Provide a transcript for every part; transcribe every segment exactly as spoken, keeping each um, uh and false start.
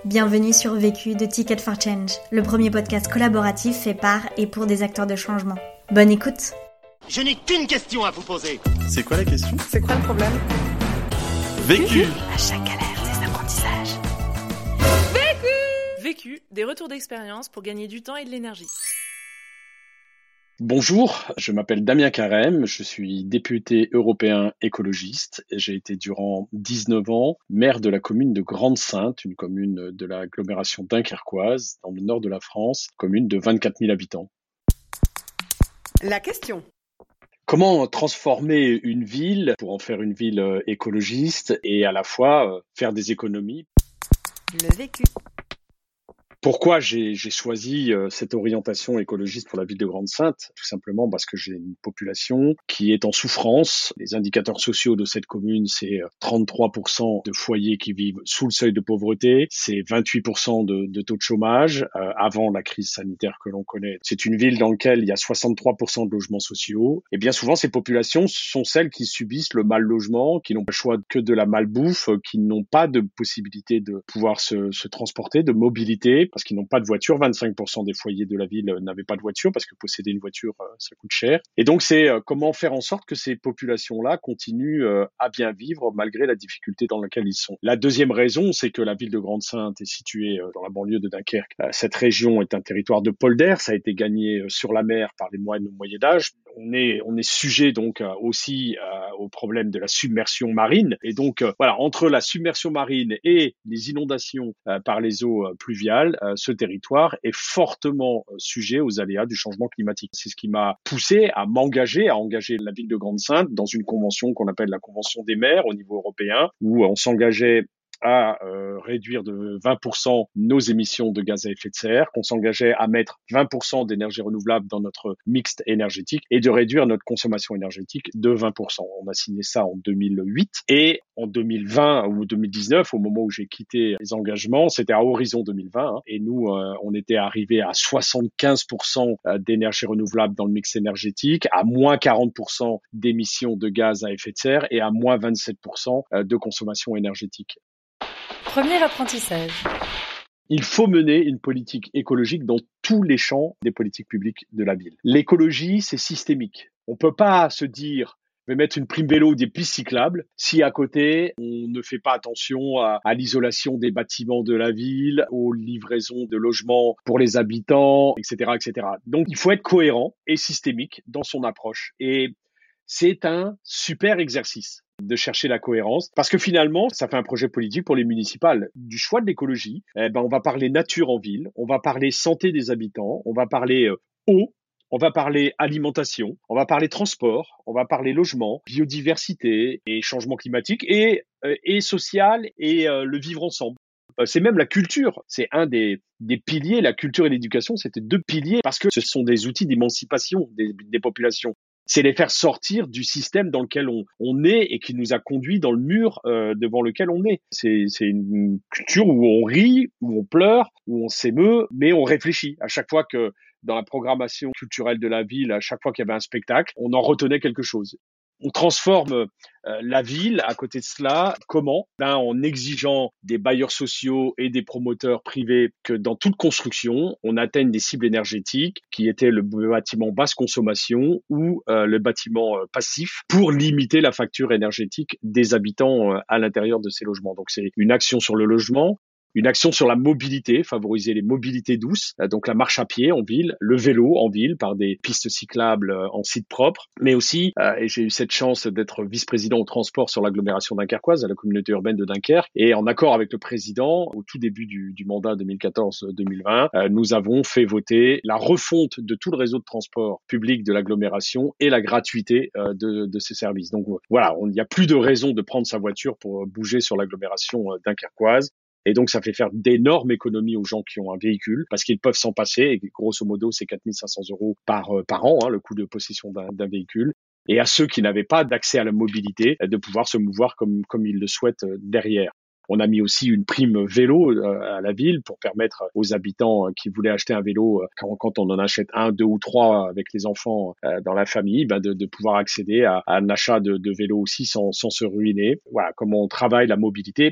Bienvenue sur Vécu de Ticket for Change, le premier podcast collaboratif fait par et pour des acteurs de changement. Bonne écoute. Je n'ai qu'une question à vous poser. C'est quoi la question ? C'est quoi le problème ? Vécu. À chaque galère, des apprentissages. Vécu Vécu, des retours d'expérience pour gagner du temps et de l'énergie. Bonjour, je m'appelle Damien Carême, je suis député européen écologiste et j'ai été durant dix-neuf ans maire de la commune de Grande-Synthe, une commune de l'agglomération dunkerquoise, dans le nord de la France, commune de vingt-quatre mille habitants. La question. Comment transformer une ville pour en faire une ville écologiste et à la fois faire des économies ? Le vécu. Pourquoi j'ai, j'ai choisi euh, cette orientation écologiste pour la ville de Grande-Synthe ? Tout simplement parce que j'ai une population qui est en souffrance. Les indicateurs sociaux de cette commune, c'est trente-trois pour cent de foyers qui vivent sous le seuil de pauvreté, c'est vingt-huit pour cent de, de taux de chômage euh, avant la crise sanitaire que l'on connaît. C'est une ville dans laquelle il y a soixante-trois pour cent de logements sociaux. Et bien souvent, ces populations sont celles qui subissent le mal logement, qui n'ont pas le choix que de la malbouffe, qui n'ont pas de possibilité de pouvoir se, se transporter, de mobilité, parce qu'ils n'ont pas de voiture. vingt-cinq pour cent des foyers de la ville n'avaient pas de voiture parce que posséder une voiture, ça coûte cher. Et donc, c'est comment faire en sorte que ces populations-là continuent à bien vivre malgré la difficulté dans laquelle ils sont. La deuxième raison, c'est que la ville de Grande-Synthe est située dans la banlieue de Dunkerque. Cette région est un territoire de polder. Ça a été gagné sur la mer par les moines au Moyen-Âge. On est, on est sujet donc aussi euh, au problème de la submersion marine. Et donc, euh, voilà, entre la submersion marine et les inondations euh, par les eaux euh, pluviales, euh, ce territoire est fortement euh, sujet aux aléas du changement climatique. C'est ce qui m'a poussé à m'engager, à engager la ville de Grande-Synthe dans une convention qu'on appelle la Convention des maires au niveau européen, où on s'engageait à euh, réduire de vingt pour cent nos émissions de gaz à effet de serre, qu'on s'engageait à mettre vingt pour cent d'énergie renouvelable dans notre mixte énergétique et de réduire notre consommation énergétique de vingt pour cent. On a signé ça en deux mille huit et en deux mille vingt ou deux mille dix-neuf, au moment où j'ai quitté les engagements, c'était à horizon deux mille vingt hein, et nous, euh, on était arrivé à soixante-quinze pour cent d'énergie renouvelable dans le mix énergétique, à moins quarante pour cent d'émissions de gaz à effet de serre et à moins vingt-sept pour cent de consommation énergétique. Premier apprentissage. Il faut mener une politique écologique dans tous les champs des politiques publiques de la ville. L'écologie, c'est systémique. On ne peut pas se dire je vais mettre une prime vélo ou des pistes cyclables si à côté, on ne fait pas attention à, à l'isolation des bâtiments de la ville, aux livraisons de logements pour les habitants, et cetera, et cetera. Donc, il faut être cohérent et systémique dans son approche. Et c'est un super exercice de chercher la cohérence, parce que finalement, ça fait un projet politique pour les municipales. Du choix de l'écologie, eh ben, on va parler nature en ville, on va parler santé des habitants, on va parler euh, eau, on va parler alimentation, on va parler transport, on va parler logement, biodiversité et changement climatique et, euh, et social et euh, le vivre ensemble. Euh, c'est même la culture, c'est un des, des piliers, la culture et l'éducation, c'était deux piliers parce que ce sont des outils d'émancipation des, des populations. C'est les faire sortir du système dans lequel on, on est et qui nous a conduits dans le mur euh, devant lequel on est. C'est, c'est une culture où on rit, où on pleure, où on s'émeut, mais on réfléchit. À chaque fois que dans la programmation culturelle de la ville, à chaque fois qu'il y avait un spectacle, on en retenait quelque chose. On transforme euh, la ville à côté de cela. Comment ? Ben, en exigeant des bailleurs sociaux et des promoteurs privés que dans toute construction, on atteigne des cibles énergétiques qui étaient le bâtiment basse consommation ou euh, le bâtiment euh, passif pour limiter la facture énergétique des habitants euh, à l'intérieur de ces logements. Donc, c'est une action sur le logement. Une action sur la mobilité, favoriser les mobilités douces, donc la marche à pied en ville, le vélo en ville par des pistes cyclables en site propre, mais aussi, euh, et j'ai eu cette chance d'être vice-président au transport sur l'agglomération dunkerquoise, à la communauté urbaine de Dunkerque, et en accord avec le président, au tout début du, du mandat deux mille quatorze deux mille vingt, euh, nous avons fait voter la refonte de tout le réseau de transport public de l'agglomération et la gratuité euh, de, de ces services. Donc voilà, il n'y a plus de raison de prendre sa voiture pour bouger sur l'agglomération euh, dunkerquoise. Et donc, ça fait faire d'énormes économies aux gens qui ont un véhicule parce qu'ils peuvent s'en passer. Et grosso modo, c'est quatre mille cinq cents euros par, euh, par an, hein, le coût de possession d'un, d'un véhicule. Et à ceux qui n'avaient pas d'accès à la mobilité, de pouvoir se mouvoir comme, comme ils le souhaitent derrière. On a mis aussi une prime vélo euh, à la ville pour permettre aux habitants qui voulaient acheter un vélo, euh, quand, quand on en achète un, deux ou trois avec les enfants euh, dans la famille, ben de, de pouvoir accéder à, à un achat de, de vélo aussi sans, sans se ruiner. Voilà, comment on travaille la mobilité.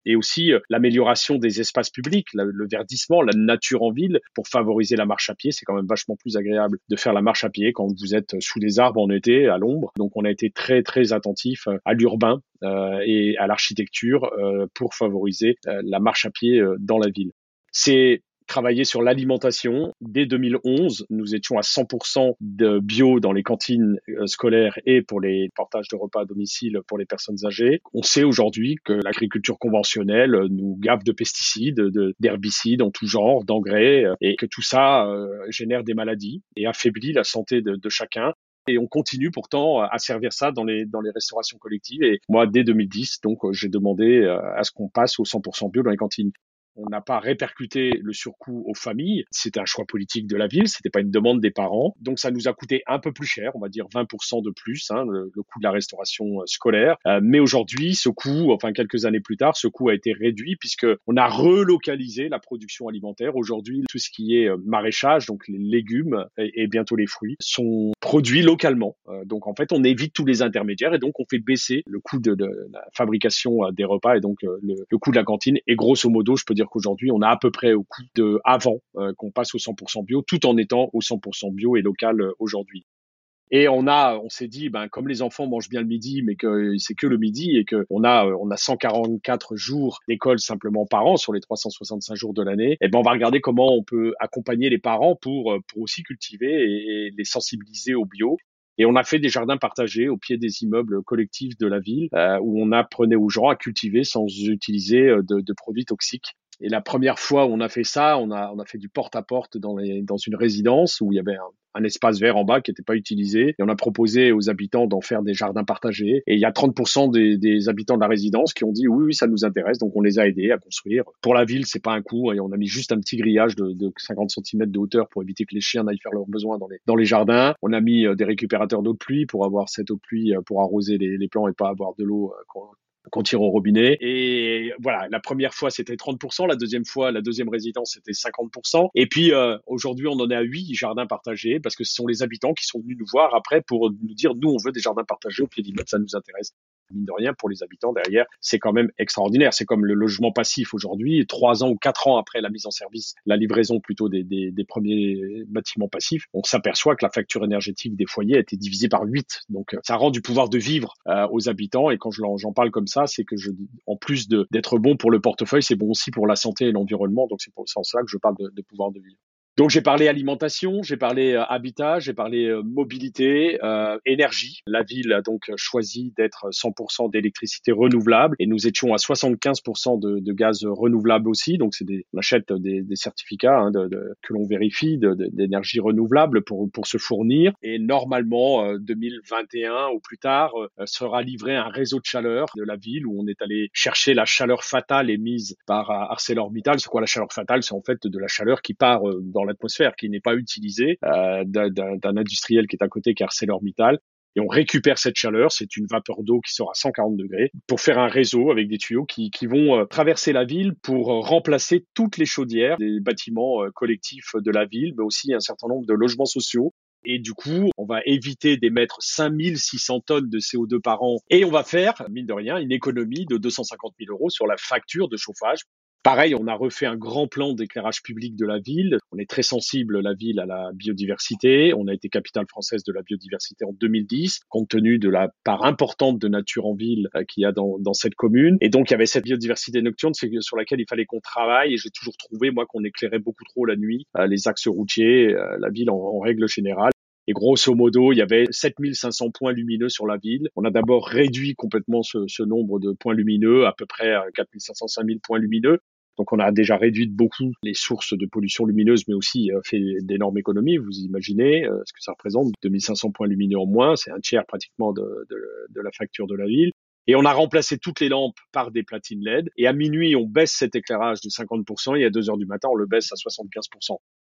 et aussi euh, l'amélioration des espaces publics, la, le verdissement, la nature en ville pour favoriser la marche à pied. C'est quand même vachement plus agréable de faire la marche à pied quand vous êtes sous des arbres en été, à l'ombre. Donc on a été très très attentif à l'urbain euh, et à l'architecture euh, pour favoriser euh, la marche à pied euh, dans la ville. C'est travailler sur l'alimentation. Dès deux mille onze, nous étions à cent pour cent de bio dans les cantines euh, scolaires et pour les portages de repas à domicile pour les personnes âgées. On sait aujourd'hui que l'agriculture conventionnelle nous gave de pesticides, de, d'herbicides en tout genre, d'engrais, euh, et que tout ça euh, génère des maladies et affaiblit la santé de, de chacun. Et on continue pourtant à servir ça dans les dans les restaurations collectives. Et moi, dès deux mille dix, donc j'ai demandé à ce qu'on passe au cent pour cent bio dans les cantines. On n'a pas répercuté le surcoût aux familles. C'était un choix politique de la ville. C'était pas une demande des parents. Donc, ça nous a coûté un peu plus cher. On va dire vingt pour cent de plus, hein, le, le coût de la restauration scolaire. Euh, mais aujourd'hui, ce coût, enfin, quelques années plus tard, ce coût a été réduit puisque on a relocalisé la production alimentaire. Aujourd'hui, tout ce qui est maraîchage, donc les légumes et, et bientôt les fruits, sont produits localement. Euh, donc, en fait, on évite tous les intermédiaires et donc on fait baisser le coût de, de la fabrication des repas et donc euh, le, le coût de la cantine. Et grosso modo, je peux dire qu'aujourd'hui, on a à peu près au coût de avant euh, qu'on passe au cent pour cent bio, tout en étant au cent pour cent bio et local euh, aujourd'hui. Et on a, on s'est dit, ben comme les enfants mangent bien le midi, mais que c'est que le midi et que on a, on a cent quarante-quatre jours d'école simplement par an sur les trois cent soixante-cinq jours de l'année. Et ben on va regarder comment on peut accompagner les parents pour pour aussi cultiver et, et les sensibiliser au bio. Et on a fait des jardins partagés au pied des immeubles collectifs de la ville euh, où on apprenait aux gens à cultiver sans utiliser de, de produits toxiques. Et la première fois où on a fait ça, on a, on a fait du porte-à-porte dans, les, dans une résidence où il y avait un, un espace vert en bas qui n'était pas utilisé. Et on a proposé aux habitants d'en faire des jardins partagés. Et il y a trente pour cent des, des habitants de la résidence qui ont dit oui, oui, ça nous intéresse. Donc on les a aidés à construire. Pour la ville, c'est pas un coût. Et on a mis juste un petit grillage de, de cinquante centimètres de hauteur pour éviter que les chiens n'aillent faire leurs besoins dans les, dans les jardins. On a mis des récupérateurs d'eau de pluie pour avoir cette eau de pluie pour arroser les, les plants et pas avoir de l'eau qu'on, qu'on tire au robinet. Et voilà, la première fois, c'était trente pour cent. La deuxième fois, la deuxième résidence, c'était cinquante pour cent. Et puis, euh, aujourd'hui, on en est à huit jardins partagés parce que ce sont les habitants qui sont venus nous voir après pour nous dire, nous, on veut des jardins partagés au pied d'immeuble, ça nous intéresse. Mine de rien, pour les habitants derrière, c'est quand même extraordinaire. C'est comme le logement passif aujourd'hui, trois ans ou quatre ans après la mise en service, la livraison plutôt des, des, des premiers bâtiments passifs, on s'aperçoit que la facture énergétique des foyers a été divisée par huit. Donc, ça rend du pouvoir de vivre euh, aux habitants. Et quand je, j'en parle comme ça, c'est que je, en plus de, d'être bon pour le portefeuille, c'est bon aussi pour la santé et l'environnement. Donc, c'est pour ça que je parle de, de pouvoir de vivre. Donc j'ai parlé alimentation, j'ai parlé euh, habitat, j'ai parlé euh, mobilité, euh, énergie. La ville a donc choisi d'être cent pour cent d'électricité renouvelable et nous étions à soixante-quinze pour cent de, de gaz renouvelable aussi. Donc c'est des, on achète des, des certificats hein, de, de, que l'on vérifie de, de, d'énergie renouvelable pour pour se fournir. Et normalement euh, deux mille vingt et un ou plus tard euh, sera livré un réseau de chaleur de la ville où on est allé chercher la chaleur fatale émise par ArcelorMittal. C'est quoi la chaleur fatale? C'est en fait de la chaleur qui part euh, dans l'atmosphère, qui n'est pas utilisée, euh, d'un, d'un industriel qui est à côté, qui est ArcelorMittal. Et on récupère cette chaleur, c'est une vapeur d'eau qui sort à cent quarante degrés, pour faire un réseau avec des tuyaux qui, qui vont euh, traverser la ville pour euh, remplacer toutes les chaudières des bâtiments euh, collectifs de la ville, mais aussi un certain nombre de logements sociaux. Et du coup, on va éviter d'émettre cinq mille six cents tonnes de C O deux par an et on va faire, mine de rien, une économie de deux cent cinquante mille euros sur la facture de chauffage. Pareil, on a refait un grand plan d'éclairage public de la ville. On est très sensible, la ville, à la biodiversité. On a été capitale française de la biodiversité en deux mille dix, compte tenu de la part importante de nature en ville euh, qu'il y a dans, dans cette commune. Et donc, il y avait cette biodiversité nocturne sur laquelle il fallait qu'on travaille. Et j'ai toujours trouvé, moi, qu'on éclairait beaucoup trop la nuit euh, les axes routiers, euh, la ville en, en règle générale. Et grosso modo, il y avait sept mille cinq cents points lumineux sur la ville. On a d'abord réduit complètement ce, ce nombre de points lumineux, à peu près quatre mille cinq cents, cinq mille points lumineux. Donc, on a déjà réduit de beaucoup les sources de pollution lumineuse, mais aussi euh, fait d'énormes économies. Vous imaginez euh, ce que ça représente, deux mille cinq cents points lumineux en moins. C'est un tiers pratiquement de, de, de la facture de la ville. Et on a remplacé toutes les lampes par des platines L E D. Et à minuit, on baisse cet éclairage de cinquante pour cent et à deux heures du matin, on le baisse à soixante-quinze pour cent.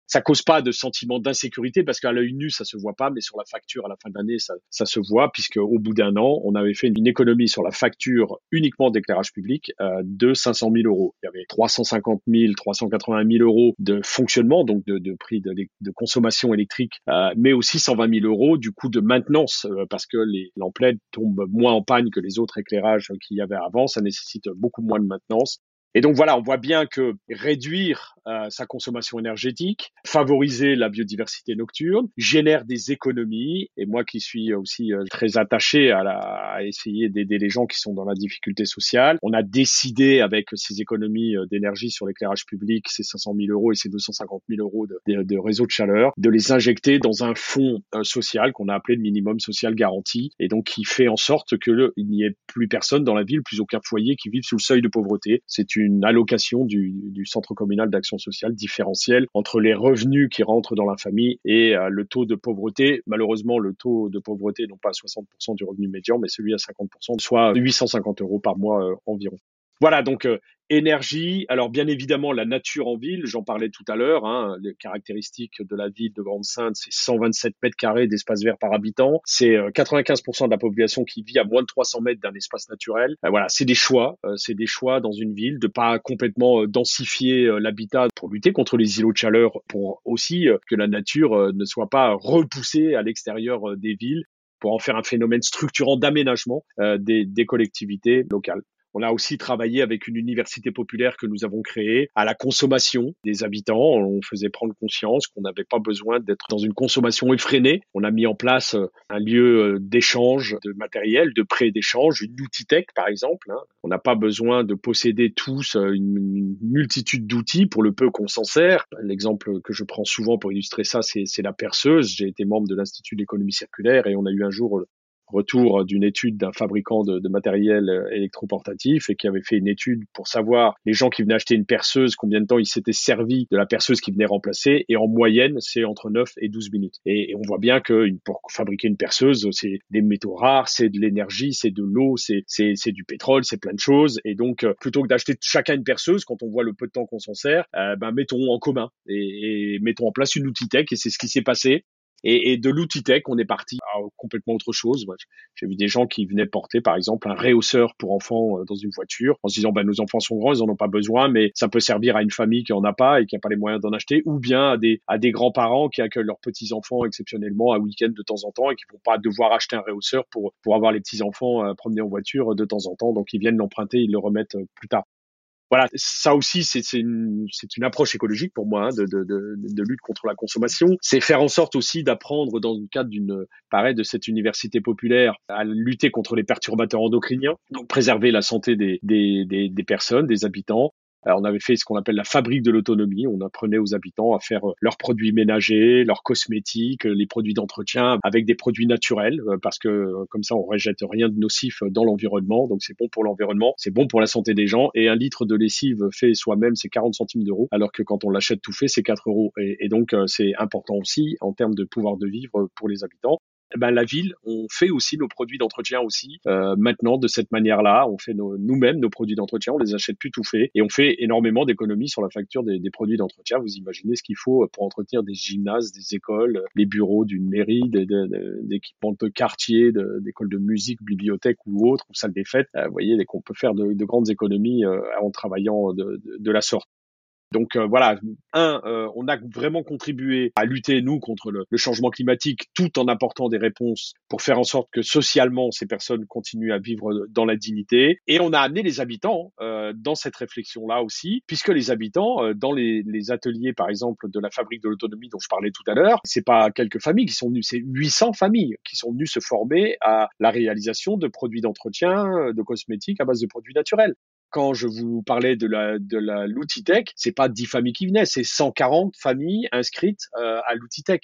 Ça cause pas de sentiment d'insécurité parce qu'à l'œil nu, ça se voit pas, mais sur la facture à la fin de l'année, ça, ça se voit puisque au bout d'un an, on avait fait une économie sur la facture uniquement d'éclairage public euh, de cinq cent mille euros. Il y avait trois cent cinquante mille, trois cent quatre-vingt mille euros de fonctionnement, donc de, de prix de, de consommation électrique, euh, mais aussi cent vingt mille euros du coût de maintenance euh, parce que les lampes tombent moins en panne que les autres éclairages qu'il y avait avant. Ça nécessite beaucoup moins de maintenance. Et donc voilà, on voit bien que réduire euh, sa consommation énergétique, favoriser la biodiversité nocturne, génère des économies. Et moi qui suis aussi euh, très attaché à, la, à essayer d'aider les gens qui sont dans la difficulté sociale, on a décidé avec ces économies d'énergie sur l'éclairage public, ces cinq cent mille euros et ces deux cent cinquante mille euros de, de, de réseau de chaleur, de les injecter dans un fonds euh, social qu'on a appelé le minimum social garanti, et donc qui fait en sorte qu'il n'y ait plus personne dans la ville, plus aucun foyer qui vive sous le seuil de pauvreté. C'est une une allocation du, du centre communal d'action sociale différentielle entre les revenus qui rentrent dans la famille et euh, le taux de pauvreté. Malheureusement, le taux de pauvreté, non pas à soixante pour cent du revenu médian, mais celui à cinquante pour cent, soit huit cent cinquante euros par mois euh, environ. Voilà, donc euh, énergie. Alors bien évidemment, la nature en ville, j'en parlais tout à l'heure, hein, les caractéristiques de la ville de Grande-Synthe, c'est cent vingt-sept mètres carrés d'espace vert par habitant, c'est euh, quatre-vingt-quinze pour cent de la population qui vit à moins de trois cents mètres d'un espace naturel. Euh, voilà, c'est des choix, euh, c'est des choix dans une ville de pas complètement euh, densifier euh, l'habitat pour lutter contre les îlots de chaleur, pour aussi euh, que la nature euh, ne soit pas repoussée à l'extérieur euh, des villes, pour en faire un phénomène structurant d'aménagement euh, des, des collectivités locales. On a aussi travaillé avec une université populaire que nous avons créée à la consommation des habitants. On faisait prendre conscience qu'on n'avait pas besoin d'être dans une consommation effrénée. On a mis en place un lieu d'échange de matériel, de prêt d'échange, une outitech par exemple. On n'a pas besoin de posséder tous une, une multitude d'outils pour le peu qu'on s'en sert. L'exemple que je prends souvent pour illustrer ça, c'est, c'est la perceuse. J'ai été membre de l'Institut de l'économie circulaire et on a eu un jour retour d'une étude d'un fabricant de, de matériel électroportatif et qui avait fait une étude pour savoir les gens qui venaient acheter une perceuse, combien de temps ils s'étaient servis de la perceuse qui venait remplacer, et en moyenne, c'est entre neuf et douze minutes. Et, et on voit bien que une, pour fabriquer une perceuse, c'est des métaux rares, c'est de l'énergie, c'est de l'eau, c'est, c'est, c'est du pétrole, c'est plein de choses. Et donc, plutôt que d'acheter chacun une perceuse, quand on voit le peu de temps qu'on s'en sert, euh, ben, mettons en commun et, et mettons en place une outitech, et c'est ce qui s'est passé. Et, et de l'outitech, on est parti à complètement autre chose. J'ai vu des gens qui venaient porter, par exemple, un rehausseur pour enfants dans une voiture, en se disant, bah, nos enfants sont grands, ils en ont pas besoin, mais ça peut servir à une famille qui en a pas et qui a pas les moyens d'en acheter, ou bien à des, à des grands-parents qui accueillent leurs petits-enfants exceptionnellement un week-end de temps en temps et qui vont pas devoir acheter un rehausseur pour, pour avoir les petits-enfants euh, promener en voiture de temps en temps. Donc, ils viennent l'emprunter, ils le remettent plus tard. Voilà, ça aussi, c'est, c'est, une, c'est une approche écologique pour moi, hein, de, de, de, de lutte contre la consommation. C'est faire en sorte aussi d'apprendre dans le cadre d'une, pareil, de cette université populaire à lutter contre les perturbateurs endocriniens, donc préserver la santé des, des, des, des personnes, des habitants. Alors, on avait fait ce qu'on appelle la fabrique de l'autonomie. On apprenait aux habitants à faire leurs produits ménagers, leurs cosmétiques, les produits d'entretien avec des produits naturels, parce que comme ça, on rejette rien de nocif dans l'environnement. Donc, c'est bon pour l'environnement, c'est bon pour la santé des gens. Et un litre de lessive fait soi-même, c'est quarante centimes d'euros, alors que quand on l'achète tout fait, c'est quatre euros. Et, et donc, c'est important aussi en termes de pouvoir de vivre pour les habitants. Eh ben, la ville, on fait aussi nos produits d'entretien aussi euh, maintenant de cette manière-là. On fait nos, nous-mêmes nos produits d'entretien, on les achète plus tout faits et on fait énormément d'économies sur la facture des, des produits d'entretien. Vous imaginez ce qu'il faut pour entretenir des gymnases, des écoles, les bureaux d'une mairie, des, des, des, des équipements de quartier, de, d'écoles de musique, bibliothèques ou autres, ou salles des fêtes. Euh, vous voyez qu'on peut faire de, de grandes économies euh, en travaillant de, de, de la sorte. Donc euh, voilà, un, euh, on a vraiment contribué à lutter, nous, contre le, le changement climatique, tout en apportant des réponses pour faire en sorte que socialement, ces personnes continuent à vivre dans la dignité. Et on a amené les habitants euh, dans cette réflexion-là aussi, puisque les habitants, euh, dans les, les ateliers, par exemple, de la fabrique de l'autonomie dont je parlais tout à l'heure, c'est pas quelques familles qui sont venues, c'est huit cents familles qui sont venues se former à la réalisation de produits d'entretien, de cosmétiques à base de produits naturels. Quand je vous parlais de la de la l'outitech, c'est pas dix familles qui venaient, c'est cent quarante familles inscrites euh, à l'outitech.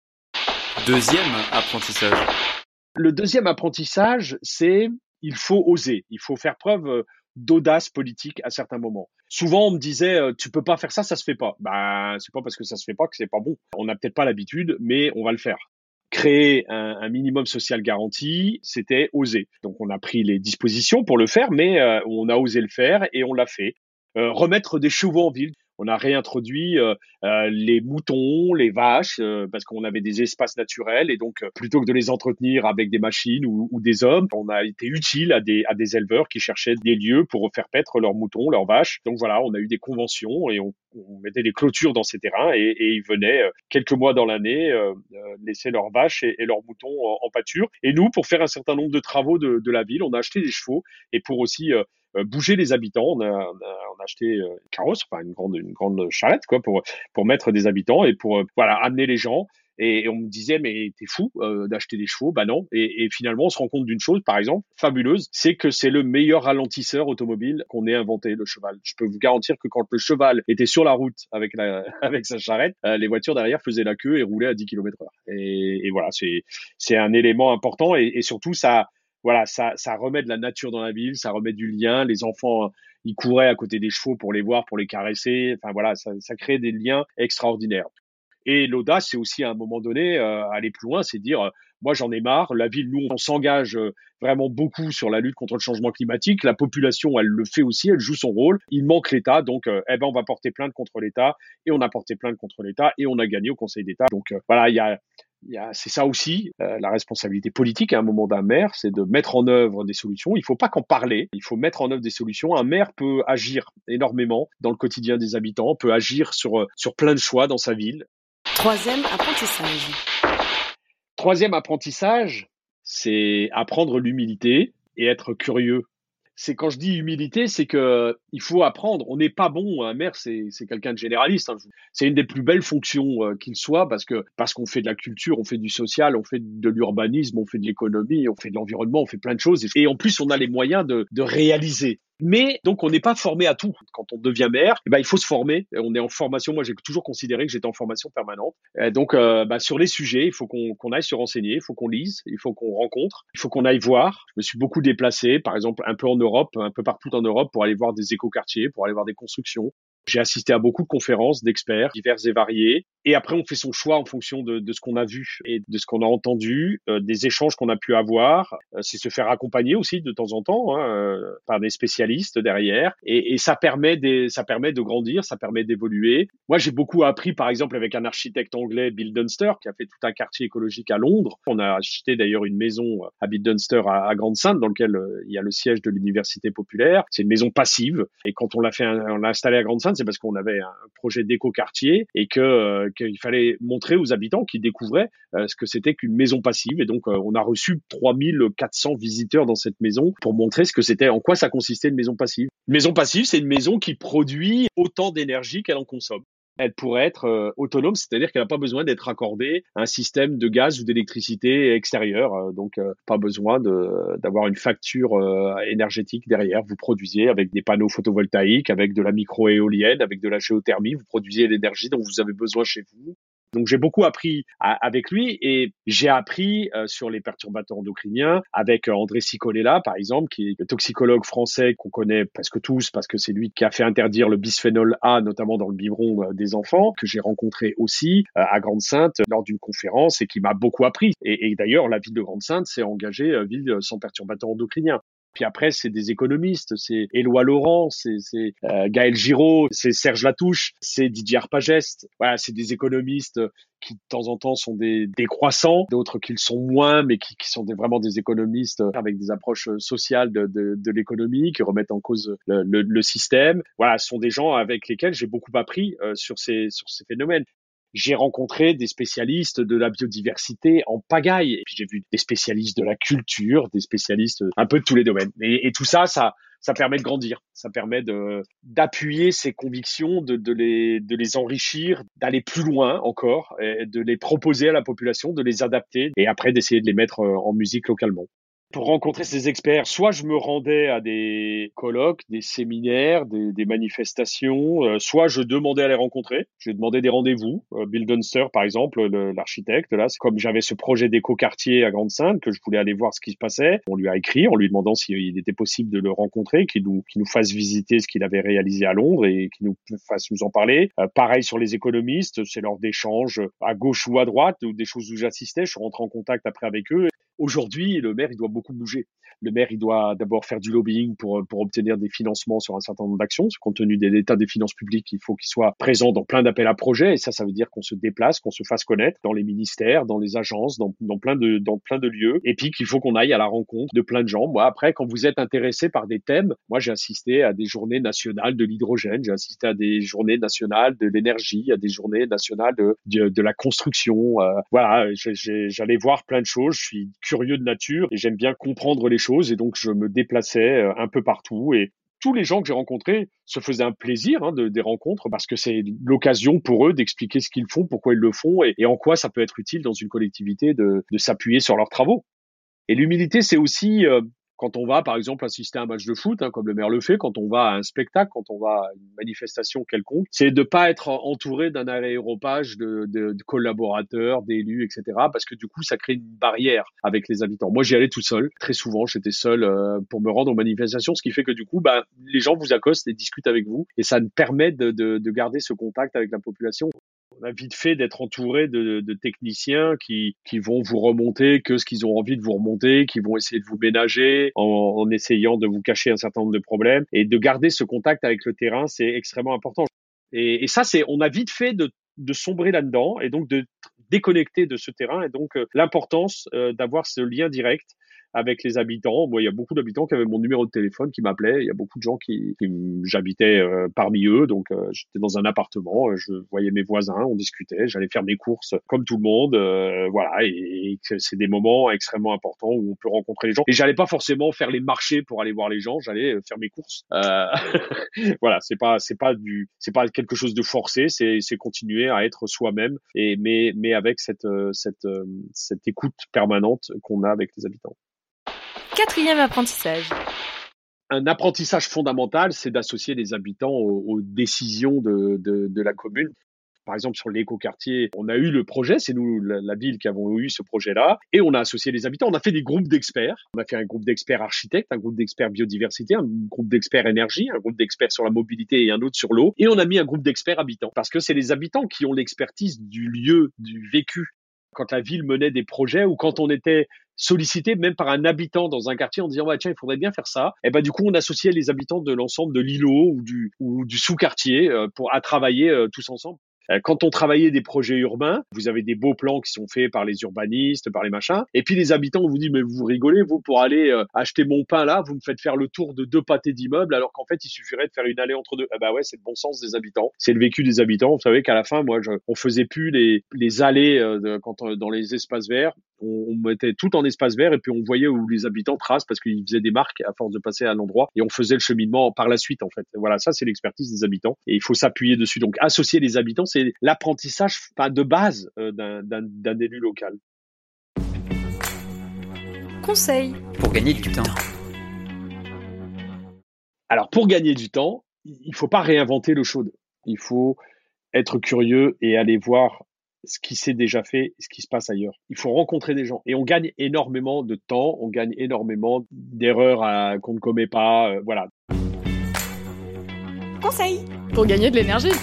Deuxième apprentissage. Le deuxième apprentissage, c'est il faut oser, il faut faire preuve d'audace politique à certains moments. Souvent, on me disait tu peux pas faire ça, ça se fait pas. Ben c'est pas parce que ça se fait pas que c'est pas bon. On n'a peut-être pas l'habitude, mais on va le faire. Créer un, un minimum social garanti, c'était oser. Donc, on a pris les dispositions pour le faire, mais euh, on a osé le faire et on l'a fait. Euh, remettre des chevaux en ville. on a réintroduit euh, euh, les moutons, les vaches, euh, parce qu'on avait des espaces naturels et donc euh, plutôt que de les entretenir avec des machines ou, ou des hommes, on a été utile à des, à des éleveurs qui cherchaient des lieux pour faire paître leurs moutons, leurs vaches. Donc voilà, on a eu des conventions et on, on mettait des clôtures dans ces terrains et, et ils venaient euh, quelques mois dans l'année euh, euh, laisser leurs vaches et, et leurs moutons en, en pâture. Et nous, pour faire un certain nombre de travaux de, de la ville, on a acheté des chevaux et pour aussi euh, bouger les habitants, on a, on a, on a acheté une carrosse, enfin une grande, une grande charrette quoi, pour pour mettre des habitants et pour voilà amener les gens. Et on me disait mais t'es fou euh, d'acheter des chevaux? Bah non. Et, et finalement on se rend compte d'une chose, par exemple, fabuleuse, c'est que c'est le meilleur ralentisseur automobile qu'on ait inventé, le cheval. Je peux vous garantir que quand le cheval était sur la route avec la avec sa charrette, euh, les voitures derrière faisaient la queue et roulaient à dix kilomètres heure. Et, et voilà, c'est c'est un élément important et, et surtout ça. Voilà, ça, ça remet de la nature dans la ville, ça remet du lien. Les enfants, ils couraient à côté des chevaux pour les voir, pour les caresser. Enfin voilà, ça, ça crée des liens extraordinaires. Et l'audace, c'est aussi à un moment donné euh, aller plus loin, c'est dire, euh, moi j'en ai marre. La ville, nous, on s'engage euh, vraiment beaucoup sur la lutte contre le changement climatique. La population, elle le fait aussi, elle joue son rôle. Il manque l'État, donc euh, eh ben on va porter plainte contre l'État. Et on a porté plainte contre l'État et on a gagné au Conseil d'État. Donc euh, voilà, il y a Il y a, c'est ça aussi, euh, la responsabilité politique à un moment d'un maire, c'est de mettre en œuvre des solutions. Il faut pas qu'en parler, il faut mettre en œuvre des solutions. Un maire peut agir énormément dans le quotidien des habitants, peut agir sur, sur plein de choix dans sa ville. Troisième apprentissage. Troisième apprentissage, c'est apprendre l'humilité et être curieux. C'est quand je dis humilité, c'est que il faut apprendre. On n'est pas bon. Un maire, c'est c'est quelqu'un de généraliste. Hein. C'est une des plus belles fonctions euh, qu'il soit parce que parce qu'on fait de la culture, on fait du social, on fait de l'urbanisme, on fait de l'économie, on fait de l'environnement, on fait plein de choses. Et en plus, on a les moyens de de réaliser. Mais donc, on n'est pas formé à tout. Quand on devient maire, eh ben, il faut se former. On est en formation. Moi, j'ai toujours considéré que j'étais en formation permanente. Et donc, euh, bah, sur les sujets, il faut qu'on, qu'on aille se renseigner, il faut qu'on lise, il faut qu'on rencontre, il faut qu'on aille voir. Je me suis beaucoup déplacé, par exemple, un peu en Europe, un peu partout en Europe, pour aller voir des écoquartiers, pour aller voir des constructions. J'ai assisté à beaucoup de conférences d'experts divers et variés. Et après, on fait son choix en fonction de, de ce qu'on a vu et de ce qu'on a entendu, euh, des échanges qu'on a pu avoir. Euh, c'est se faire accompagner aussi de temps en temps hein, euh, par des spécialistes derrière. Et, et ça permet des, ça permet de grandir, ça permet d'évoluer. Moi, j'ai beaucoup appris, par exemple, avec un architecte anglais, Bill Dunster, qui a fait tout un quartier écologique à Londres. On a acheté d'ailleurs une maison à Bill Dunster à, à Grande-Sainte, dans laquelle euh, il y a le siège de l'université populaire. C'est une maison passive. Et quand on l'a fait, on l'a installé à Grande-Sainte, c'est parce qu'on avait un projet d'éco-quartier et que euh, qu'il fallait montrer aux habitants qui découvraient euh, ce que c'était qu'une maison passive. Et donc, euh, on a reçu trois mille quatre cents visiteurs dans cette maison pour montrer ce que c'était, en quoi ça consistait une maison passive. Une maison passive, c'est une maison qui produit autant d'énergie qu'elle en consomme. Elle pourrait être euh, autonome, c'est-à-dire qu'elle n'a pas besoin d'être raccordée à un système de gaz ou d'électricité extérieur. Euh, donc, euh, pas besoin de, d'avoir une facture euh, énergétique derrière. Vous produisez avec des panneaux photovoltaïques, avec de la micro-éolienne, avec de la géothermie. Vous produisez l'énergie dont vous avez besoin chez vous. Donc j'ai beaucoup appris à, avec lui et j'ai appris euh, sur les perturbateurs endocriniens avec euh, André Cicolella par exemple, qui est le toxicologue français qu'on connaît presque tous parce que c'est lui qui a fait interdire le bisphénol A notamment dans le biberon euh, des enfants, que j'ai rencontré aussi euh, à Grande-Sainte lors d'une conférence et qui m'a beaucoup appris. Et, et d'ailleurs la ville de Grande-Sainte s'est engagée euh, ville sans perturbateurs endocriniens. Puis après, c'est des économistes, c'est Éloi Laurent, c'est, c'est euh, Gaël Giraud, c'est Serge Latouche, c'est Didier Arpageste. Voilà, c'est des économistes qui de temps en temps sont des décroissants, d'autres qui le sont moins, mais qui, qui sont des, vraiment des économistes avec des approches sociales de, de, de l'économie, qui remettent en cause le, le, le système. Voilà, ce sont des gens avec lesquels j'ai beaucoup appris euh, sur ces sur ces phénomènes. J'ai rencontré des spécialistes de la biodiversité en pagaille. Et puis j'ai vu des spécialistes de la culture, des spécialistes un peu de tous les domaines. Et, et tout ça, ça, ça permet de grandir. Ça permet de d'appuyer ses convictions, de, de les de les enrichir, d'aller plus loin encore, et de les proposer à la population, de les adapter et après d'essayer de les mettre en musique localement. Pour rencontrer ces experts, soit je me rendais à des colloques, des séminaires, des, des manifestations, euh, soit je demandais à les rencontrer. J'ai demandé des rendez-vous. Euh, Bill Dunster, par exemple, le, l'architecte, là, c'est comme j'avais ce projet d'éco-quartier à Grande-Sainte, que je voulais aller voir ce qui se passait. On lui a écrit en lui demandant s'il était possible de le rencontrer, qu'il nous, qu'il nous fasse visiter ce qu'il avait réalisé à Londres et qu'il nous fasse nous en parler. Euh, pareil sur les économistes, c'est lors d'échanges à gauche ou à droite, ou des choses où j'assistais. Je suis rentré en contact après avec eux. Aujourd'hui, le maire, il doit beaucoup bouger. Le maire, il doit d'abord faire du lobbying pour, pour obtenir des financements sur un certain nombre d'actions. Compte tenu de l'état des finances publiques, il faut qu'il soit présent dans plein d'appels à projets. Et ça, ça veut dire qu'on se déplace, qu'on se fasse connaître dans les ministères, dans les agences, dans, dans plein de, dans plein de lieux. Et puis qu'il faut qu'on aille à la rencontre de plein de gens. Moi, après, quand vous êtes intéressé par des thèmes, moi, j'ai assisté à des journées nationales de l'hydrogène, j'ai assisté à des journées nationales de l'énergie, à des journées nationales de, de, de la construction. Euh, voilà, j'ai, j'ai, j'allais voir plein de choses. Je suis curieux de nature et j'aime bien comprendre les choses. Et donc, je me déplaçais un peu partout et tous les gens que j'ai rencontrés se faisaient un plaisir hein, de, des rencontres parce que c'est l'occasion pour eux d'expliquer ce qu'ils font, pourquoi ils le font et, et en quoi ça peut être utile dans une collectivité de, de s'appuyer sur leurs travaux. Et l'humilité, c'est aussi euh, quand on va, par exemple, assister à un match de foot, hein, comme le maire le fait, quand on va à un spectacle, quand on va à une manifestation quelconque, c'est de pas être entouré d'un aéropage de, de, de collaborateurs, d'élus, et cetera. Parce que du coup, ça crée une barrière avec les habitants. Moi, j'y allais tout seul. Très souvent, j'étais seul euh, pour me rendre aux manifestations, ce qui fait que du coup, bah, les gens vous accostent et discutent avec vous, et ça me permet de, de, de garder ce contact avec la population. On a vite fait d'être entouré de, de techniciens qui, qui vont vous remonter que ce qu'ils ont envie de vous remonter, qui vont essayer de vous ménager en, en essayant de vous cacher un certain nombre de problèmes. Et de garder ce contact avec le terrain, c'est extrêmement important. Et, et ça, c'est, on a vite fait de, de sombrer là-dedans et donc de déconnecter de ce terrain. Et donc, euh, l'importance euh, d'avoir ce lien direct avec les habitants. Moi, il y a beaucoup d'habitants qui avaient mon numéro de téléphone, qui m'appelaient. Il y a beaucoup de gens qui, qui j'habitais euh, parmi eux. Donc, euh, j'étais dans un appartement. Euh, je voyais mes voisins, on discutait. J'allais faire mes courses comme tout le monde. Euh, voilà. Et, et c'est des moments extrêmement importants où on peut rencontrer les gens. Et j'allais pas forcément faire les marchés pour aller voir les gens. J'allais faire mes courses. Euh, voilà. C'est pas, c'est pas du, c'est pas quelque chose de forcé. C'est, c'est continuer à être soi-même. Et mais, mais avec cette, cette, cette écoute permanente qu'on a avec les habitants. Quatrième apprentissage. Un apprentissage fondamental, c'est d'associer les habitants aux, aux décisions de, de, de la commune. Par exemple, sur l'écoquartier, on a eu le projet, c'est nous, la, la ville, qui avons eu ce projet-là, et on a associé les habitants. On a fait des groupes d'experts. On a fait un groupe d'experts architectes, un groupe d'experts biodiversité, un groupe d'experts énergie, un groupe d'experts sur la mobilité et un autre sur l'eau. Et on a mis un groupe d'experts habitants, parce que c'est les habitants qui ont l'expertise du lieu, du vécu. Quand la ville menait des projets ou quand on était sollicité même par un habitant dans un quartier en disant bah, tiens, il faudrait bien faire ça. Et ben du coup, on associait les habitants de l'ensemble de l'îlot ou du, ou du sous-quartier euh, pour à travailler euh, tous ensemble. Quand on travaillait des projets urbains, vous avez des beaux plans qui sont faits par les urbanistes, par les machins. Et puis les habitants vous disent mais vous rigolez, vous pour aller euh, acheter mon pain là, vous me faites faire le tour de deux pâtés d'immeubles alors qu'en fait il suffirait de faire une allée entre deux. Ah bah ouais, c'est le bon sens des habitants, c'est le vécu des habitants. Vous savez qu'à la fin, moi, je, on faisait plus les les allées euh, de, quand on, dans les espaces verts. On, on mettait tout en espace vert et puis on voyait où les habitants tracent parce qu'ils faisaient des marques à force de passer à l'endroit et on faisait le cheminement par la suite en fait. Et voilà, ça c'est l'expertise des habitants et il faut s'appuyer dessus. Donc associer les habitants, c'est l'apprentissage pas de base euh, d'un, d'un, d'un élu local. Conseil pour gagner du temps. Alors pour gagner du temps, il faut pas réinventer l'eau chaude. Il faut être curieux et aller voir ce qui s'est déjà fait, ce qui se passe ailleurs. Il faut rencontrer des gens et on gagne énormément de temps, on gagne énormément d'erreurs à, qu'on ne commet pas, euh, voilà. Conseil pour gagner de l'énergie.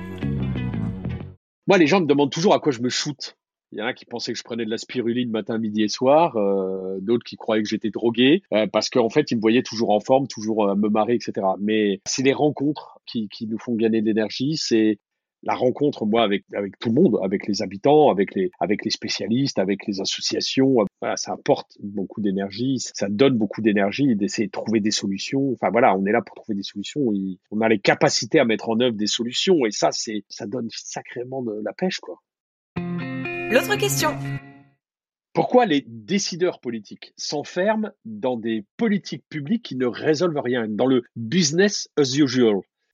Moi, les gens me demandent toujours à quoi je me shoote. Il y en a qui pensaient que je prenais de la spiruline matin, midi et soir, euh, d'autres qui croyaient que j'étais drogué, euh, parce qu'en fait, ils me voyaient toujours en forme, toujours à me marrer, et cetera. Mais c'est les rencontres qui, qui nous font gagner de l'énergie, c'est la rencontre, moi, avec avec tout le monde, avec les habitants, avec les avec les spécialistes, avec les associations. Voilà, ça apporte beaucoup d'énergie, ça donne beaucoup d'énergie d'essayer de trouver des solutions. Enfin voilà, on est là pour trouver des solutions. Et on a les capacités à mettre en œuvre des solutions, et ça, c'est ça donne sacrément de la pêche, quoi. L'autre question. Pourquoi les décideurs politiques s'enferment dans des politiques publiques qui ne résolvent rien, dans le business as usual?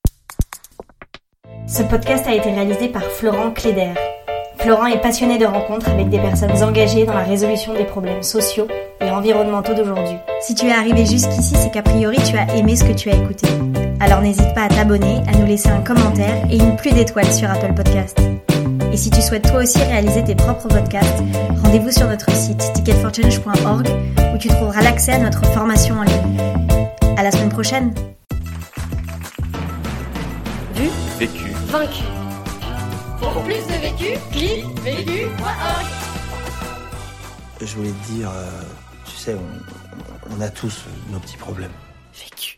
Ce podcast a été réalisé par Florent Cléder. Florent est passionné de rencontres avec des personnes engagées dans la résolution des problèmes sociaux et environnementaux d'aujourd'hui. Si tu es arrivé jusqu'ici, c'est qu'a priori tu as aimé ce que tu as écouté. Alors n'hésite pas à t'abonner, à nous laisser un commentaire et une pluie d'étoiles sur Apple Podcasts. Et si tu souhaites toi aussi réaliser tes propres podcasts, rendez-vous sur notre site ticket for change point org où tu trouveras l'accès à notre formation en ligne. À la semaine prochaine. Vu, vécu, vaincu. Pour plus de vécu, clique vécu point org. Je voulais te dire, euh, tu sais, on, on a tous nos petits problèmes. Vécu.